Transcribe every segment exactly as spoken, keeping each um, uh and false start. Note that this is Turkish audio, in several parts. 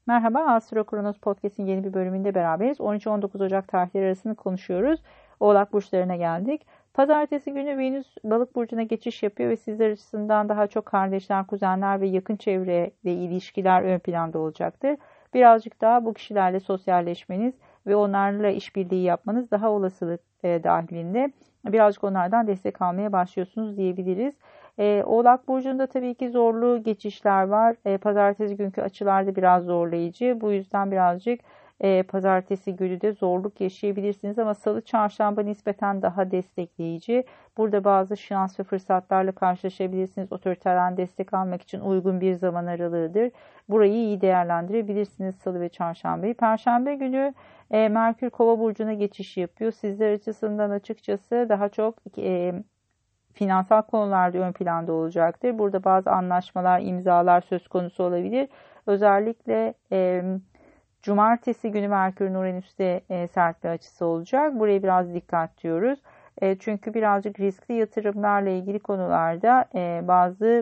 Merhaba, Astro Kronos Podcast'in yeni bir bölümünde beraberiz. on üç on dokuz Ocak tarihleri arasını konuşuyoruz. Oğlak burçlarına geldik. Pazartesi günü Venüs Balık burcuna geçiş yapıyor ve sizler açısından daha çok kardeşler, kuzenler ve yakın çevreyle ilişkiler ön planda olacaktır. Birazcık daha bu kişilerle sosyalleşmeniz ve onlarla işbirliği yapmanız daha olasılık e, dahilinde. Birazcık onlardan destek almaya başlıyorsunuz diyebiliriz. E, Oğlak Burcu'nda tabii ki zorlu geçişler var. E, pazartesi günkü açılarda biraz zorlayıcı. Bu yüzden birazcık e, pazartesi günü de zorluk yaşayabilirsiniz. Ama salı, çarşamba nispeten daha destekleyici. Burada bazı şans ve fırsatlarla karşılaşabilirsiniz. Otoriterden destek almak için uygun bir zaman aralığıdır. Burayı iyi değerlendirebilirsiniz salı ve çarşambayı. Perşembe günü e, Merkür Kova Burcu'na geçiş yapıyor. Sizler açısından açıkçası daha çok... E, finansal konularda ön planda olacaktır. Burada bazı anlaşmalar, imzalar söz konusu olabilir. Özellikle e, cumartesi günü Merkür'ün Uranüs'te e, sert bir açısı olacak. Buraya biraz dikkat diyoruz. E, çünkü birazcık riskli yatırımlarla ilgili konularda e, bazı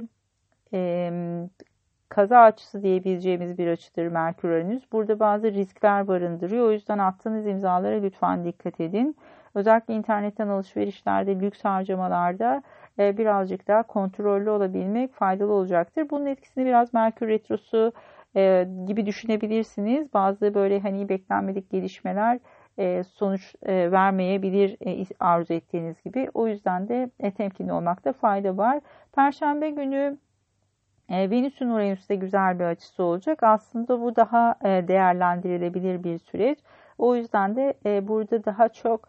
e, kaza açısı diyebileceğimiz bir açıdır Merkür Uranüs. Burada bazı riskler barındırıyor. O yüzden attığınız imzalara lütfen dikkat edin. Özellikle internetten alışverişlerde, lüks harcamalarda birazcık daha kontrollü olabilmek faydalı olacaktır. Bunun etkisini biraz Merkür Retrosu gibi düşünebilirsiniz. Bazı böyle hani beklenmedik gelişmeler sonuç vermeyebilir arzu ettiğiniz gibi. O yüzden de temkinli olmakta fayda var. Perşembe günü Venüs'ün Uranüs'te güzel bir açısı olacak. Aslında bu daha değerlendirilebilir bir süreç. O yüzden de burada daha çok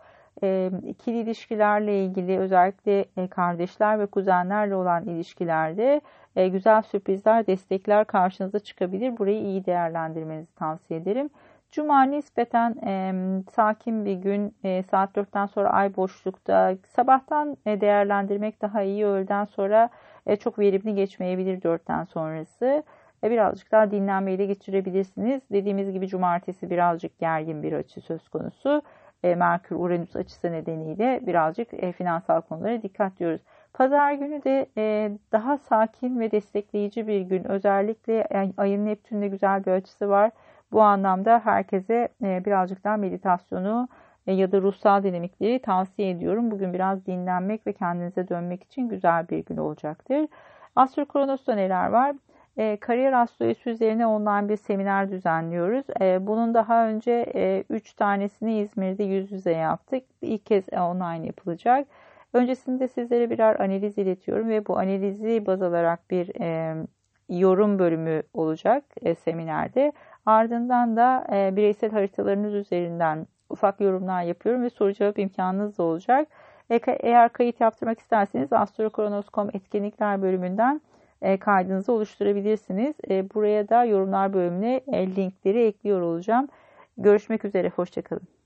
ikili ilişkilerle ilgili, özellikle kardeşler ve kuzenlerle olan ilişkilerde güzel sürprizler, destekler karşınıza çıkabilir. Burayı iyi değerlendirmenizi tavsiye ederim. Cuma nispeten e, sakin bir gün, e, saat dörtten sonra ay boşlukta. Sabahtan e, değerlendirmek daha iyi. Öğleden sonra e, çok verimli geçmeyebilir dörtten sonrası. E, birazcık daha dinlenmeyi de geçirebilirsiniz. Dediğimiz gibi cumartesi birazcık gergin bir açı söz konusu. E, Merkür-Uranüs açısı nedeniyle birazcık e, finansal konulara dikkat diyoruz. Pazar günü de e, daha sakin ve destekleyici bir gün. Özellikle yani ayın Neptün'de güzel bir açısı var. Bu anlamda herkese birazcık daha meditasyonu ya da ruhsal dinamikleri tavsiye ediyorum. Bugün biraz dinlenmek ve kendinize dönmek için güzel bir gün olacaktır. Astro Kronos'ta neler var? Kariyer astrolojisi üzerine online bir seminer düzenliyoruz. Bunun daha önce üç tanesini İzmir'de yüz yüze yaptık. İlk kez online yapılacak. Öncesinde sizlere birer analiz iletiyorum ve bu analizi baz alarak bir yorum bölümü olacak seminerde. Ardından da e, bireysel haritalarınız üzerinden ufak yorumlar yapıyorum ve soru cevap imkanınız da olacak. E, eğer kayıt yaptırmak isterseniz astrokronos nokta com etkinlikler bölümünden e, kaydınızı oluşturabilirsiniz. E, buraya da yorumlar bölümüne e, linkleri ekliyor olacağım. Görüşmek üzere, hoşça kalın.